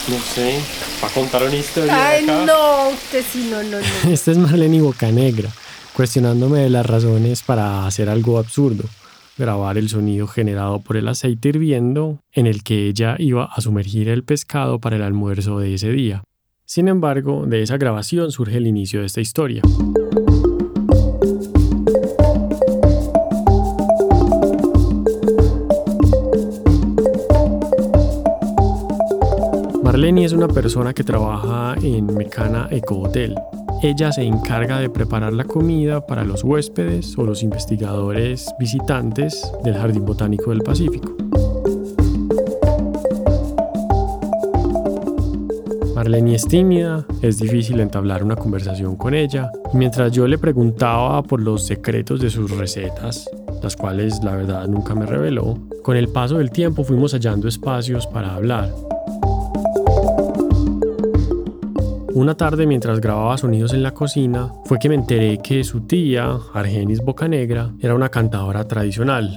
No sé, ¿para contar una historia Ay, acá? no, usted sí, no. Esta es Marlene Bocanegra, cuestionándome de las razones para hacer algo absurdo, grabar el sonido generado por el aceite hirviendo en el que ella iba a sumergir el pescado para el almuerzo de ese día. Sin embargo, de esa grabación surge el inicio de esta historia. Marlene es una persona que trabaja en Mecana Eco Hotel. Ella se encarga de preparar la comida para los huéspedes o los investigadores visitantes del Jardín Botánico del Pacífico. Marlene es tímida, es difícil entablar una conversación con ella, y mientras yo le preguntaba por los secretos de sus recetas, las cuales la verdad nunca me reveló, con el paso del tiempo fuimos hallando espacios para hablar. Una tarde, mientras grababa sonidos en la cocina, fue que me enteré que su tía, Argenis Bocanegra, era una cantadora tradicional.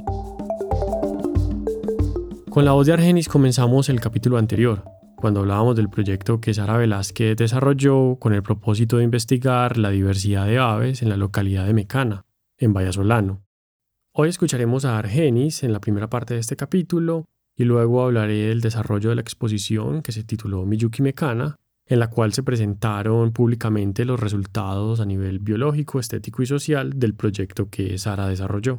Con la voz de Argenis comenzamos el capítulo anterior, cuando hablábamos del proyecto que Sara Velázquez desarrolló con el propósito de investigar la diversidad de aves en la localidad de Mecana, en Vallasolano. Hoy escucharemos a Argenis en la primera parte de este capítulo y luego hablaré del desarrollo de la exposición que se tituló Miyuki Mecana, en la cual se presentaron públicamente los resultados a nivel biológico, estético y social del proyecto que Sara desarrolló.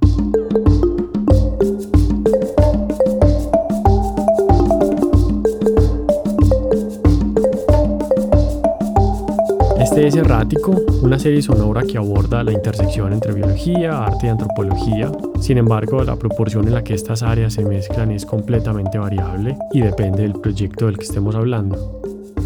Este es Errático, una serie sonora que aborda la intersección entre biología, arte y antropología. Sin embargo, la proporción en la que estas áreas se mezclan es completamente variable y depende del proyecto del que estemos hablando.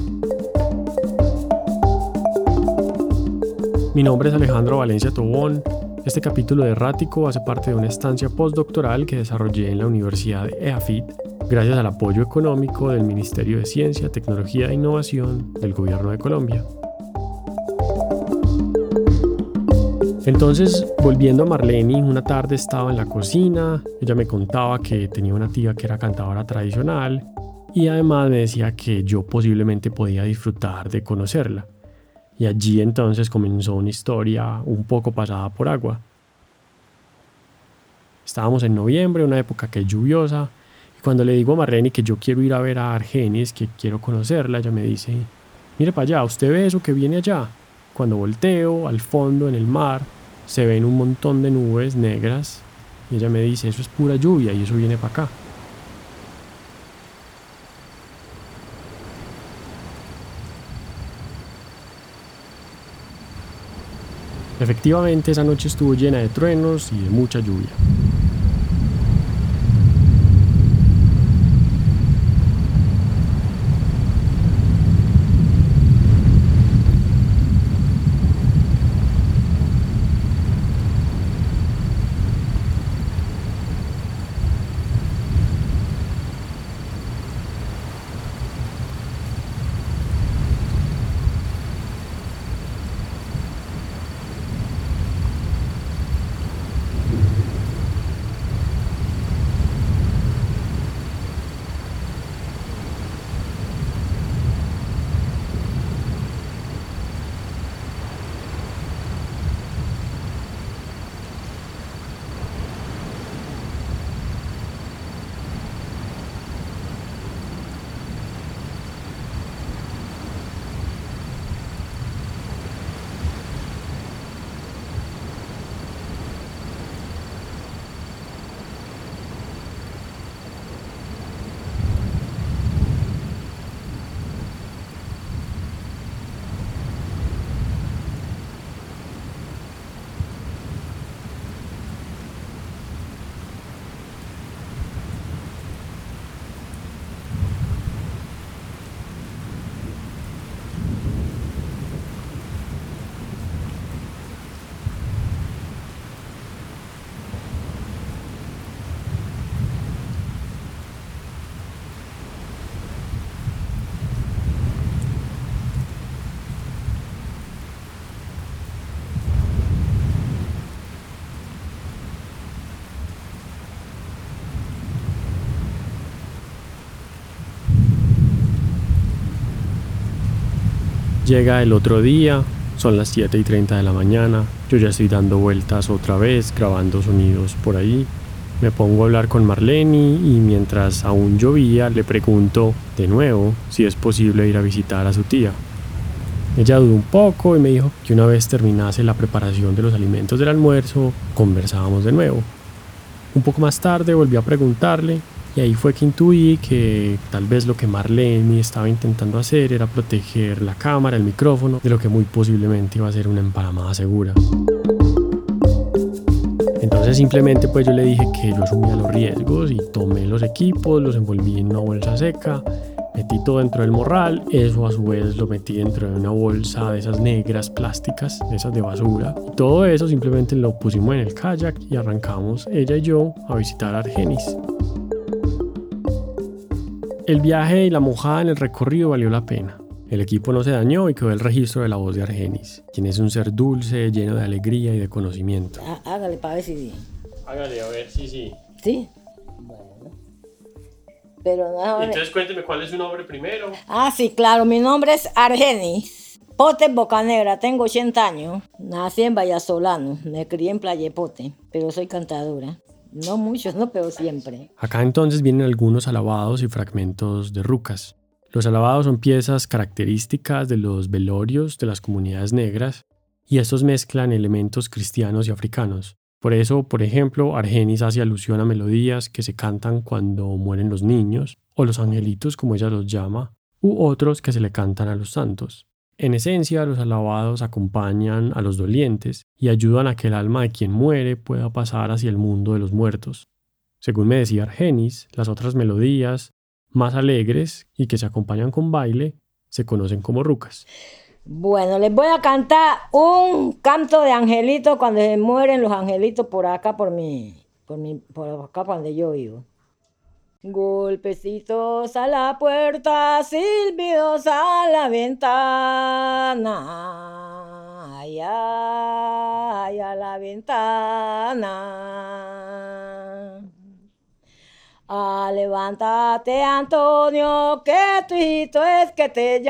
Mi nombre es Alejandro Valencia Tobón. Este capítulo de Errático hace parte de una estancia postdoctoral que desarrollé en la Universidad de EAFIT gracias al apoyo económico del Ministerio de Ciencia, Tecnología e Innovación del Gobierno de Colombia. Entonces, volviendo a Marlene, una tarde estaba en la cocina, ella me contaba que tenía una tía que era cantadora tradicional y además me decía que yo posiblemente podía disfrutar de conocerla. Y allí entonces comenzó una historia un poco pasada por agua. Estábamos en noviembre, una época que es lluviosa, y cuando le digo a Marlene que yo quiero ir a ver a Argenis, que quiero conocerla, ella me dice, mire para allá, ¿usted ve eso que viene allá? Cuando volteo, al fondo, en el mar, se ven un montón de nubes negras, y ella me dice, eso es pura lluvia y eso viene para acá. Efectivamente, esa noche estuvo llena de truenos y de mucha lluvia. Llega el otro día, son las 7:30 de la mañana, yo ya estoy dando vueltas otra vez, grabando sonidos por ahí. Me pongo a hablar con Marlene y mientras aún llovía le pregunto de nuevo si es posible ir a visitar a su tía. Ella dudó un poco y me dijo que una vez terminase la preparación de los alimentos del almuerzo, conversábamos de nuevo. Un poco más tarde volví a preguntarle y ahí fue que intuí que tal vez lo que Marlene estaba intentando hacer era proteger la cámara, el micrófono, de lo que muy posiblemente iba a ser una emparamada segura. Entonces simplemente pues yo le dije que yo asumía los riesgos y tomé los equipos, los envolví en una bolsa seca, metí todo dentro del morral, eso a su vez lo metí dentro de una bolsa de esas negras plásticas, de esas de basura. Y todo eso simplemente lo pusimos en el kayak y arrancamos ella y yo a visitar Argenis. El viaje y la mojada en el recorrido valió la pena. El equipo no se dañó y quedó el registro de la voz de Argenis, quien es un ser dulce, lleno de alegría y de conocimiento. Hágale para ver si... Hágale, a ver, sí. ¿Sí? Bueno. Pero no... Entonces cuénteme cuál es su nombre primero. Sí, claro. Mi nombre es Argenis Pote Bocanegra. Tengo 80 años. Nací en Vallasolano. Me crié en Playa Pote. Pero soy cantadora. No muchos, no, pero siempre. Acá entonces vienen algunos alabados y fragmentos de rucas. Los alabados son piezas características de los velorios de las comunidades negras y estos mezclan elementos cristianos y africanos. Por eso, por ejemplo, Argenis hace alusión a melodías que se cantan cuando mueren los niños, o los angelitos como ella los llama, u otros que se le cantan a los santos. En esencia, los alabados acompañan a los dolientes y ayudan a que el alma de quien muere pueda pasar hacia el mundo de los muertos. Según me decía Argenis, las otras melodías, más alegres y que se acompañan con baile, se conocen como rucas. Bueno, les voy a cantar un canto de angelito cuando se mueren los angelitos por acá, por acá donde yo vivo. Golpecitos a la puerta, silbidos a la ventana, ay, ay, a la ventana. Levántate, Antonio, que tu hijito es que te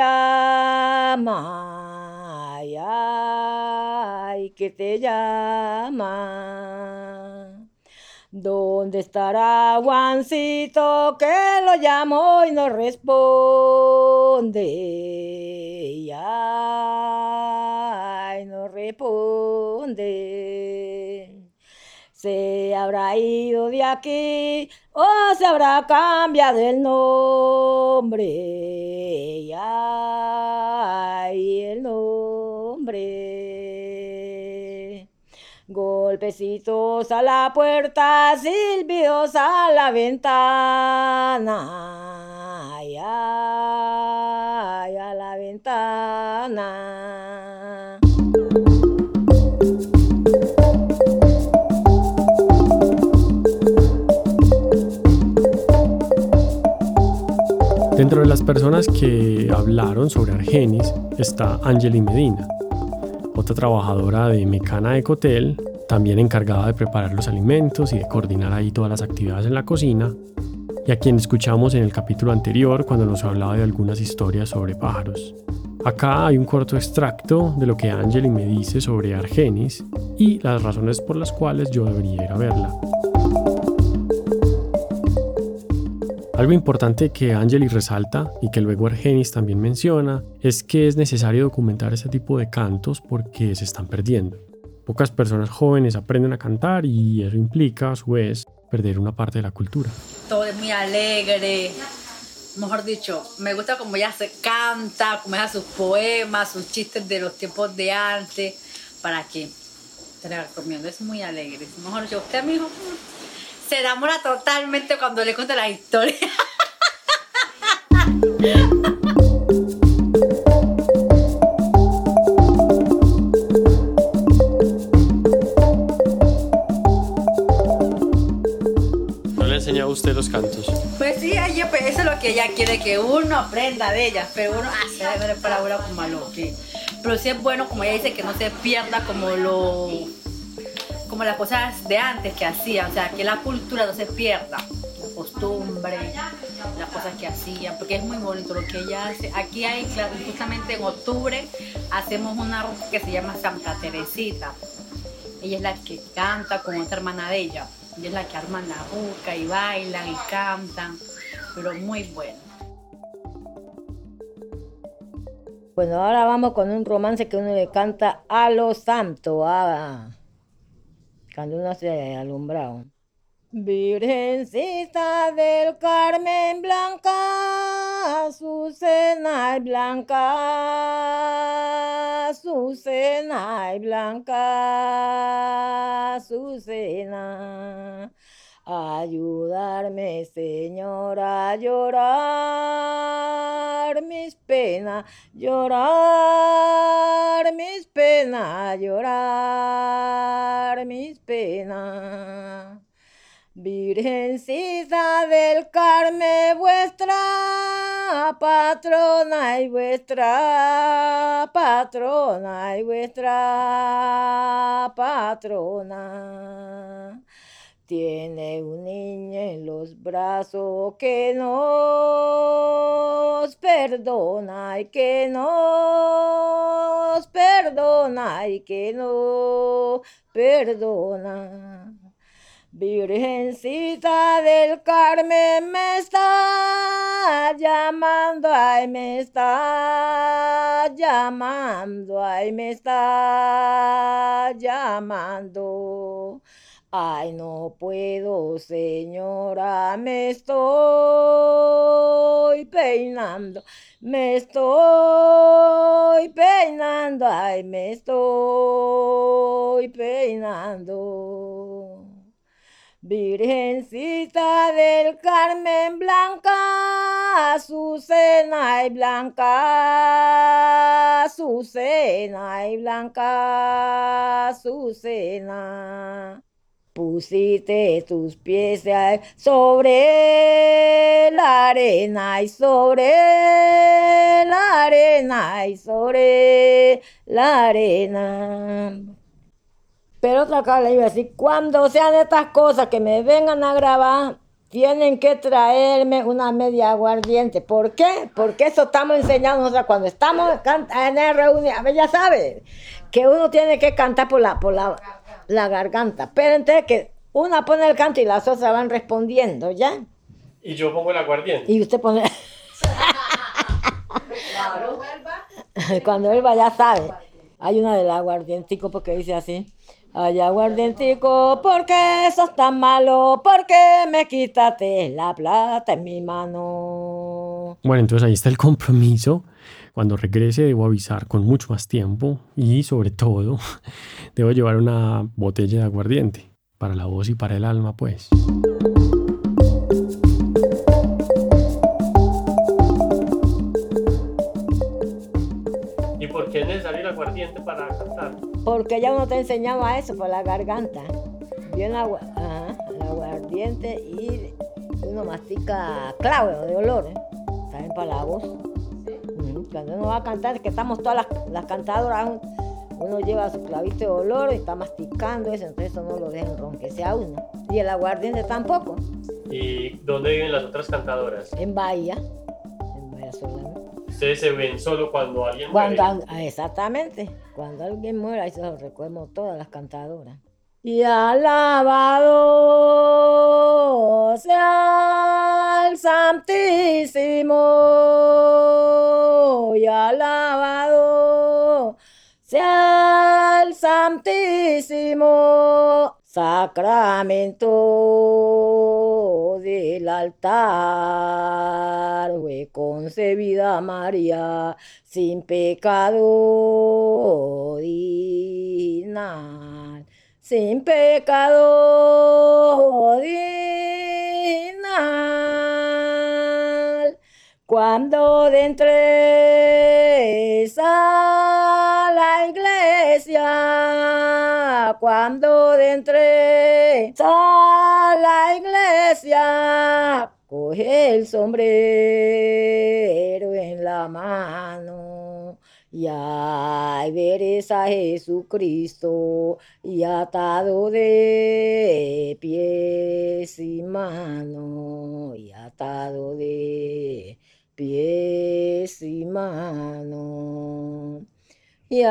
llama, ay, ay, que te llama. ¿Dónde estará Juancito que lo llamo y no responde? Ay, no responde. ¿Se habrá ido de aquí o se habrá cambiado el nombre? Ay, el nombre. Golpecitos a la puerta, silbidos a la ventana, ay, ay, a la ventana. Dentro de las personas que hablaron sobre Argenis está Angeli Medina, otra trabajadora de Mecana Ecotel, también encargada de preparar los alimentos y de coordinar ahí todas las actividades en la cocina, y a quien escuchamos en el capítulo anterior cuando nos hablaba de algunas historias sobre pájaros. Acá hay un corto extracto de lo que Angeli me dice sobre Argenis y las razones por las cuales yo debería ir a verla. Algo importante que Angeli resalta y que luego Argenis también menciona es que es necesario documentar ese tipo de cantos porque se están perdiendo. Pocas personas jóvenes aprenden a cantar y eso implica, a su vez, perder una parte de la cultura. Todo es muy alegre, mejor dicho, me gusta como ella se canta, como ella sus poemas, sus chistes de los tiempos de antes, para que te la recomiendo, es muy alegre. Mejor dicho, usted, mijo, se enamora totalmente cuando le cuento la historia. ¿No le enseña a usted los cantos? Pues sí, pues eso es lo que ella quiere que uno aprenda de ella, pero uno hace de ver palabra como a lo que. Pero sí es bueno, como ella dice, que no se pierda como las cosas de antes que hacían, o sea, que la cultura no se pierda, costumbre, las cosas que hacían, porque es muy bonito lo que ella hace. Aquí hay, justamente en octubre, hacemos una ruta que se llama Santa Teresita. Ella es la que canta con otra hermana de ella. Ella es la que arman la ruca y bailan y cantan, pero muy bueno. Bueno, ahora vamos con un romance que uno le canta a los santos, cuando uno se alumbrado. Virgencita del Carmen blanca, Azucena y blanca, Azucena y blanca, Azucena. Ayudarme, Señora, a llorar mis penas, llorar mis penas, llorar mis penas. Virgencita del Carmen, vuestra patrona y vuestra patrona y vuestra patrona. Tiene un niño en los brazos que nos perdona y que nos perdona y que nos perdona. Virgencita del Carmen me está llamando, ay, me está llamando, ay, me está llamando. Ay, no puedo, señora, me estoy peinando, ay, me estoy peinando. Virgencita del Carmen blanca, Azucena y blanca, Azucena y blanca, Azucena. Pusiste tus pies sobre la arena y sobre la arena y sobre la arena. Pero otra cosa le iba a decir, cuando sean estas cosas que me vengan a grabar, tienen que traerme una media aguardiente. ¿Por qué? Porque eso estamos enseñando, o sea, cuando estamos en el reunión, a ver, ya sabes, que uno tiene que cantar por la garganta. Pero entonces que una pone el canto y las otras van respondiendo, ¿ya? Y yo pongo el aguardiente. Y usted pone... Cuando él va, ya sabe. Hay una del aguardientico porque dice así. Ay, aguardientico, ¿por qué sos tan malo? ¿Por qué me quitaste la plata en mi mano? Bueno, entonces ahí está el compromiso. Cuando regrese debo avisar con mucho más tiempo y sobre todo debo llevar una botella de aguardiente para la voz y para el alma, pues. ¿Y por qué es necesario el aguardiente para cantar? Porque ya uno te enseñaba a eso por la garganta. Bien el aguardiente y uno mastica clavo de olor, también para la voz. Cuando uno va a cantar, que estamos todas las cantadoras, uno lleva su clavito de olor y está masticando eso, entonces eso no lo deja enronquecer a uno. Y el aguardiente tampoco. ¿Y dónde viven las otras cantadoras? En Bahía Solano. Ustedes se ven solo cuando alguien muere. Exactamente, cuando alguien muere, ahí se lo recogemos todas las cantadoras. Y alabado sea el Santísimo, y alabado sea el Santísimo Sacramento del altar. Fue concebida María sin pecado original. Sin pecado original. Cuando de entres a la iglesia, cuando de entres a la iglesia, coge el sombrero en la mano y al ver es a Jesucristo y atado de pies y manos, y atado de pies y manos. Y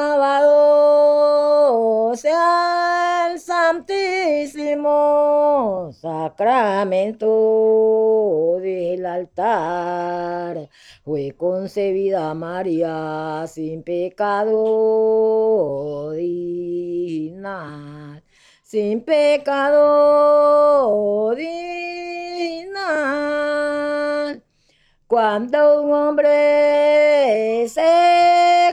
alabado sea el santísimo sacramento del altar. Fue concebida María sin pecado original, sin pecado original. Cuando un hombre se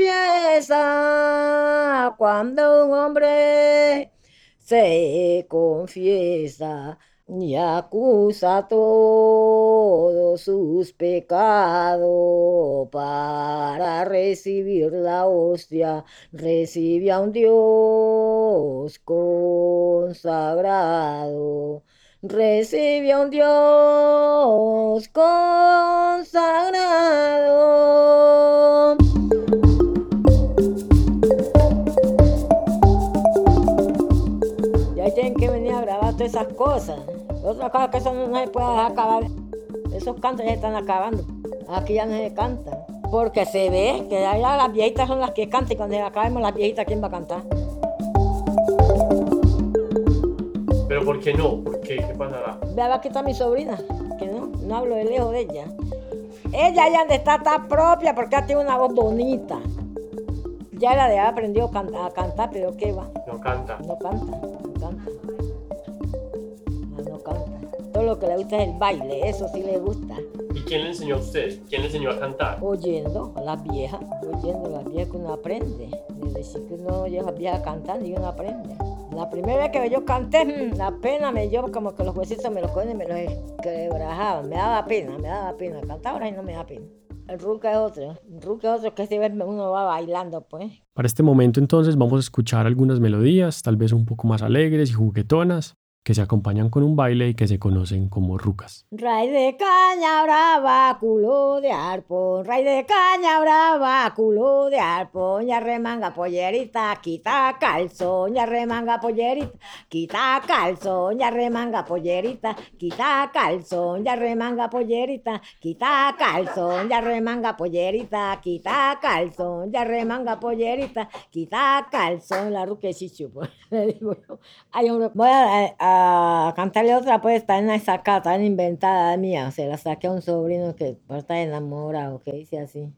confiesa, cuando un hombre se confiesa y acusa todos sus pecados para recibir la hostia, recibe a un Dios consagrado. Recibe a un Dios consagrado. Y ahí tienen que venir a grabar todas esas cosas. Otra cosa que eso no se puede dejar acabar. Esos cantos ya están acabando. Aquí ya no se canta. Porque se ve que allá las viejitas son las que cantan y cuando acabemos las viejitas, ¿quién va a cantar? ¿Pero por qué no? ¿Por qué? ¿Qué pasará? Vea, aquí está mi sobrina, que no hablo de lejos de ella. Ella ya está propia porque ella tiene una voz bonita. Ya la de aprendió a cantar, pero ¿qué va? No canta. No canta. No canta. Todo lo que le gusta es el baile, eso sí le gusta. ¿Y quién le enseñó a usted? ¿Quién le enseñó a cantar? Oyendo a las viejas que uno aprende. Desde que uno oye a las viejas cantando y uno aprende. La primera vez que yo canté, la pena me dio como que los huesitos me los cogen y me los quebrajaban. Me daba pena. Cantaba ahora y no me da pena. El ruca es otro que si ves uno va bailando, pues. Para este momento entonces vamos a escuchar algunas melodías, tal vez un poco más alegres y juguetonas, que se acompañan con un baile y que se conocen como rucas. Ray de caña brava, culo de arpón, ray de caña brava, culo de arpón, ya remanga pollerita, quita calzón, ya remanga pollerita, quita calzón, ya remanga pollerita, quita calzón, ya remanga pollerita, quita calzón, ya remanga pollerita, quita calzón, ya remanga pollerita, quita calzón, la ruca es chichu, pues, le digo yo. Voy a cantarle otra, pues está en esa carta tan inventada mía, se la saqué a un sobrino que está enamorado, que dice así: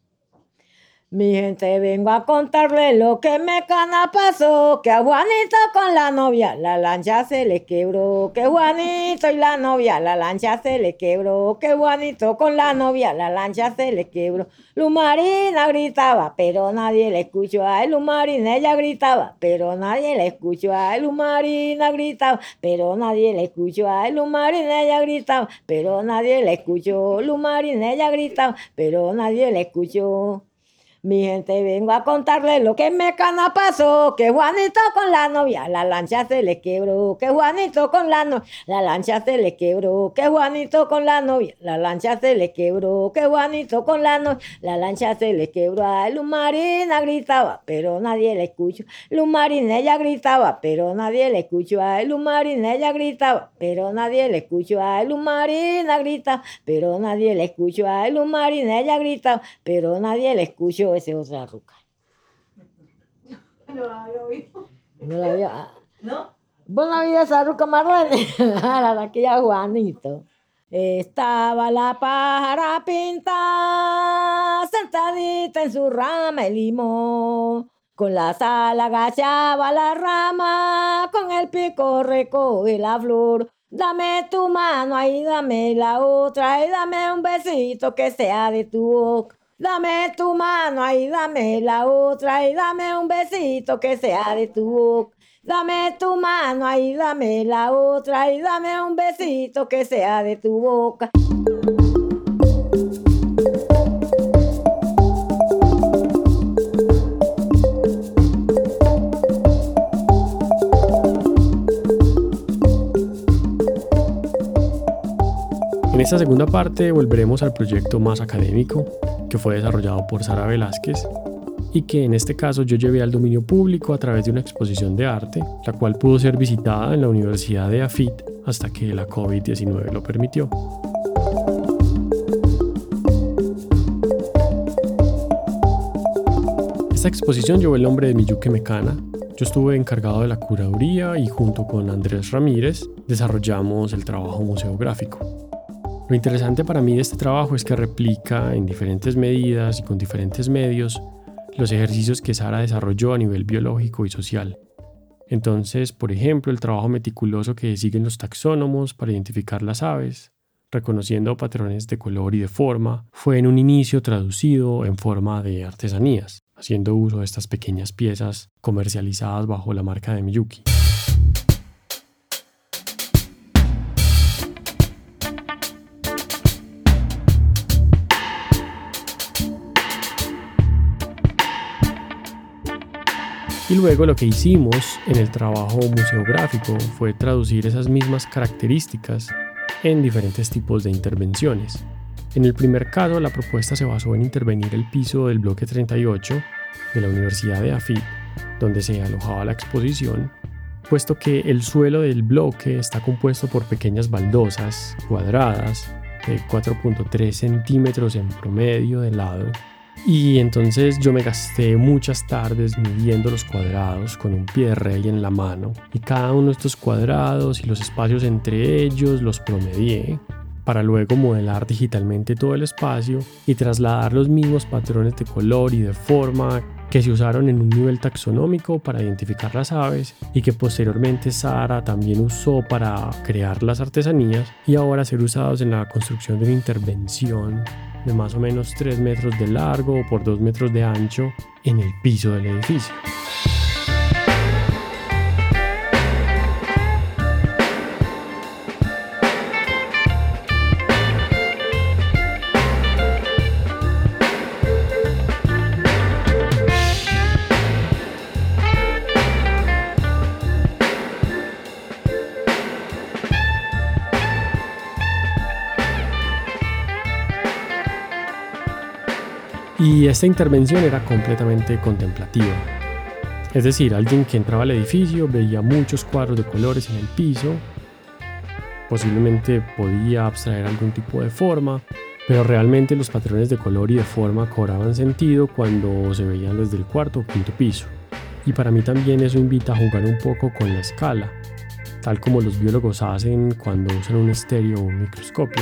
mi gente, vengo a contarle lo que me cana pasó, que a Juanito con la novia la lancha se le quebró, que Juanito y la novia la lancha se le quebró, que Juanito con la novia la lancha se le quebró. Lumarina gritaba, pero nadie le escuchó a él. Lumarina ella gritaba, pero nadie le escuchó a él. Lumarina gritaba, pero nadie le escuchó a él. Lumarina ella gritaba, pero nadie le escuchó. Lumarina ella gritaba, pero nadie le escuchó. Mi gente, vengo a contarle lo que me cana pasó, que Juanito con la novia la lancha se le quebró, que Juanito con la novia la lancha se le quebró, que Juanito con la novia la lancha se le quebró, que Juanito con la novia la lancha se le quebró. A Lumarina gritaba, pero nadie le escuchó. Lumarina ella gritaba, pero nadie le escuchó. A Lumarina ella gritaba, pero nadie le escuchó. A Lumarina gritaba, pero nadie le escuchó. A Lumarina ella gritaba, pero nadie le escuchó. Esa es otra ruca. No la había oído. No la había. ¿No? ¿Vos no habías esa ruca, Marlene? La de aquella Juanito. Estaba la pájara pinta sentadita en su rama de limón. Con las alas agachaba la rama, con el pico recoge la flor. Dame tu mano, ahí dame la otra, y dame un besito que sea de tu boca. Dame tu mano, ahí dame la otra, y dame un besito que sea de tu boca. Dame tu mano, ahí dame la otra, y dame un besito que sea de tu boca. En esta segunda parte volveremos al proyecto más académico, que que fue desarrollado por Sara Velázquez y que en este caso yo llevé al dominio público a través de una exposición de arte, la cual pudo ser visitada en la Universidad de AFIT hasta que la COVID-19 lo permitió. Esta exposición llevó el nombre de Miyuki Mekana. Yo estuve encargado de la curaduría y junto con Andrés Ramírez desarrollamos el trabajo museográfico. Lo interesante para mí de este trabajo es que replica en diferentes medidas y con diferentes medios los ejercicios que Sara desarrolló a nivel biológico y social. Entonces, por ejemplo, el trabajo meticuloso que siguen los taxónomos para identificar las aves, reconociendo patrones de color y de forma, fue en un inicio traducido en forma de artesanías, haciendo uso de estas pequeñas piezas comercializadas bajo la marca de Miyuki. Y luego lo que hicimos en el trabajo museográfico fue traducir esas mismas características en diferentes tipos de intervenciones. En el primer caso, la propuesta se basó en intervenir el piso del bloque 38 de la Universidad de AFIT, donde se alojaba la exposición, puesto que el suelo del bloque está compuesto por pequeñas baldosas cuadradas de 4.3 centímetros en promedio de lado. Y entonces yo me gasté muchas tardes midiendo los cuadrados con un pie de rey en la mano, y cada uno de estos cuadrados y los espacios entre ellos los promedié para luego modelar digitalmente todo el espacio y trasladar los mismos patrones de color y de forma que se usaron en un nivel taxonómico para identificar las aves y que posteriormente Sara también usó para crear las artesanías y ahora ser usados en la construcción de una intervención de más o menos 3 metros de largo por 2 metros de ancho en el piso del edificio. Y esta intervención era completamente contemplativa. Es decir, alguien que entraba al edificio veía muchos cuadros de colores en el piso, posiblemente podía abstraer algún tipo de forma, pero realmente los patrones de color y de forma cobraban sentido cuando se veían desde el cuarto o quinto piso. Y para mí también eso invita a jugar un poco con la escala, tal como los biólogos hacen cuando usan un estéreo o un microscopio.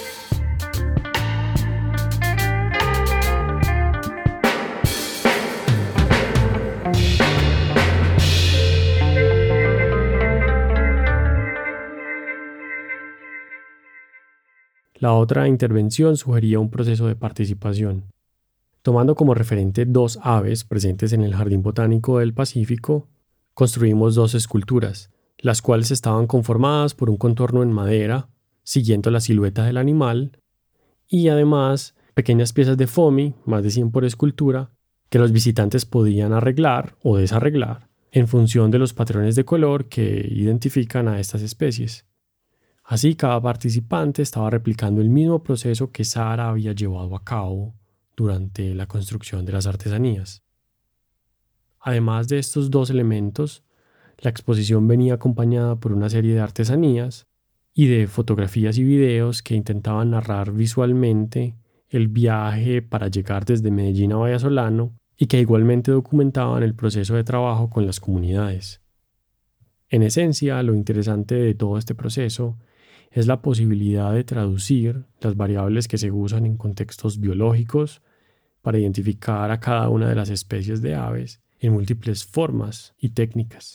La otra intervención sugería un proceso de participación. Tomando como referente 2 aves presentes en el Jardín Botánico del Pacífico, construimos 2 esculturas, las cuales estaban conformadas por un contorno en madera, siguiendo la silueta del animal, y además pequeñas piezas de foamy, más de 100 por escultura, que los visitantes podían arreglar o desarreglar en función de los patrones de color que identifican a estas especies. Así, cada participante estaba replicando el mismo proceso que Sara había llevado a cabo durante la construcción de las artesanías. Además de estos 2 elementos, la exposición venía acompañada por una serie de artesanías y de fotografías y videos que intentaban narrar visualmente el viaje para llegar desde Medellín a Vallasolano y que igualmente documentaban el proceso de trabajo con las comunidades. En esencia, lo interesante de todo este proceso es la posibilidad de traducir las variables que se usan en contextos biológicos para identificar a cada una de las especies de aves en múltiples formas y técnicas.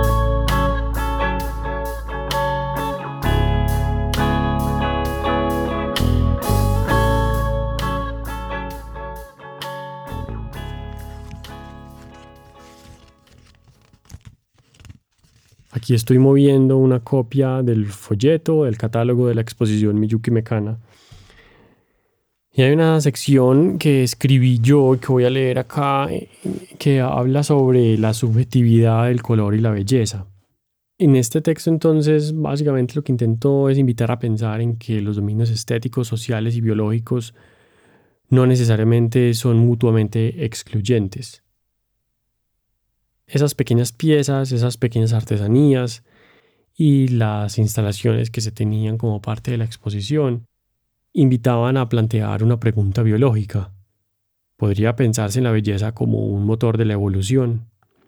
Aquí estoy moviendo una copia del folleto del catálogo de la exposición Miyuki Mekana. Y hay una sección que escribí yo, que voy a leer acá, que habla sobre la subjetividad del color y la belleza. En este texto, entonces, básicamente lo que intento es invitar a pensar en que los dominios estéticos, sociales y biológicos no necesariamente son mutuamente excluyentes. Esas pequeñas piezas, esas pequeñas artesanías y las instalaciones que se tenían como parte de la exposición invitaban a plantear una pregunta biológica. Podría pensarse en la belleza como un motor de la evolución.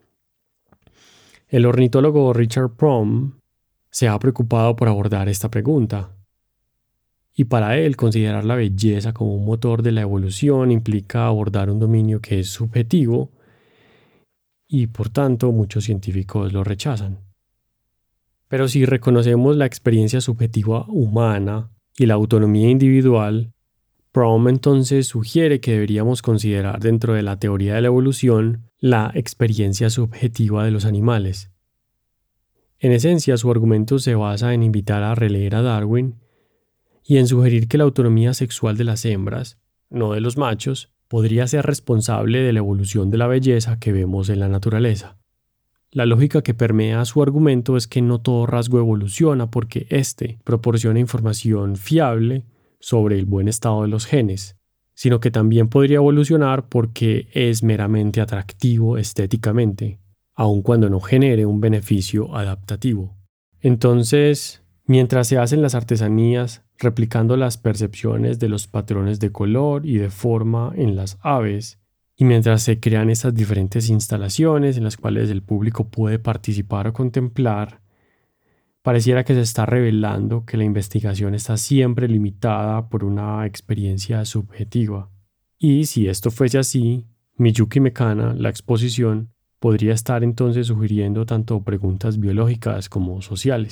El ornitólogo Richard Fromm se ha preocupado por abordar esta pregunta. Y para él, considerar la belleza como un motor de la evolución implica abordar un dominio que es subjetivo y, por tanto, muchos científicos lo rechazan. Pero si reconocemos la experiencia subjetiva humana y la autonomía individual, Fromm entonces sugiere que deberíamos considerar dentro de la teoría de la evolución la experiencia subjetiva de los animales. En esencia, su argumento se basa en invitar a releer a Darwin y en sugerir que la autonomía sexual de las hembras, no de los machos, podría ser responsable de la evolución de la belleza que vemos en la naturaleza. La lógica que permea su argumento es que no todo rasgo evoluciona porque éste proporciona información fiable sobre el buen estado de los genes, sino que también podría evolucionar porque es meramente atractivo estéticamente, aun cuando no genere un beneficio adaptativo. Entonces, mientras se hacen las artesanías replicando las percepciones de los patrones de color y de forma en las aves, y mientras se crean estas diferentes instalaciones en las cuales el público puede participar o contemplar, pareciera que se está revelando que la investigación está siempre limitada por una experiencia subjetiva. Y si esto fuese así, Miyuki Mekana, la exposición, podría estar entonces sugiriendo tanto preguntas biológicas como sociales.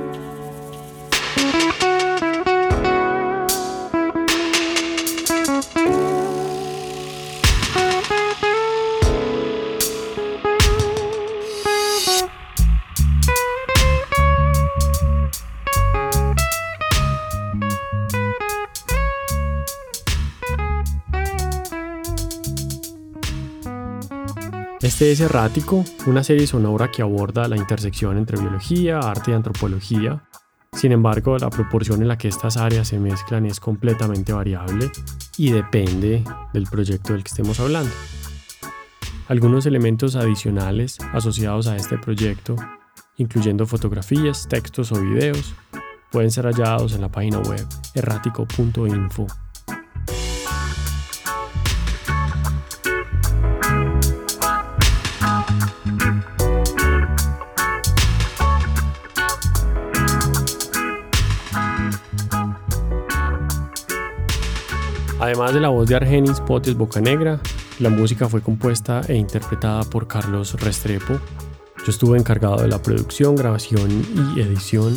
Este es Errático, una serie sonora que aborda la intersección entre biología, arte y antropología. Sin embargo, la proporción en la que estas áreas se mezclan es completamente variable y depende del proyecto del que estemos hablando. Algunos elementos adicionales asociados a este proyecto, incluyendo fotografías, textos o videos, pueden ser hallados en la página web errático.info. Además de la voz de Argenis Potes Bocanegra, la música fue compuesta e interpretada por Carlos Restrepo. Yo estuve encargado de la producción, grabación y edición.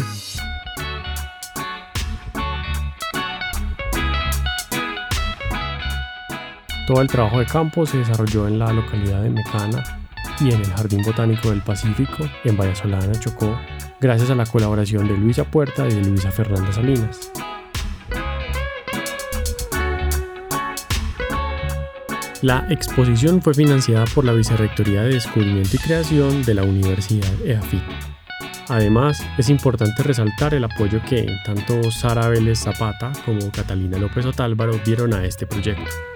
Todo el trabajo de campo se desarrolló en la localidad de Mekana y en el Jardín Botánico del Pacífico, en Vallasolana, Chocó, gracias a la colaboración de Luisa Puerta y de Luisa Fernanda Salinas. La exposición fue financiada por la Vicerrectoría de Descubrimiento y Creación de la Universidad EAFIT. Además, es importante resaltar el apoyo que tanto Sara Vélez Zapata como Catalina López Otálvaro dieron a este proyecto.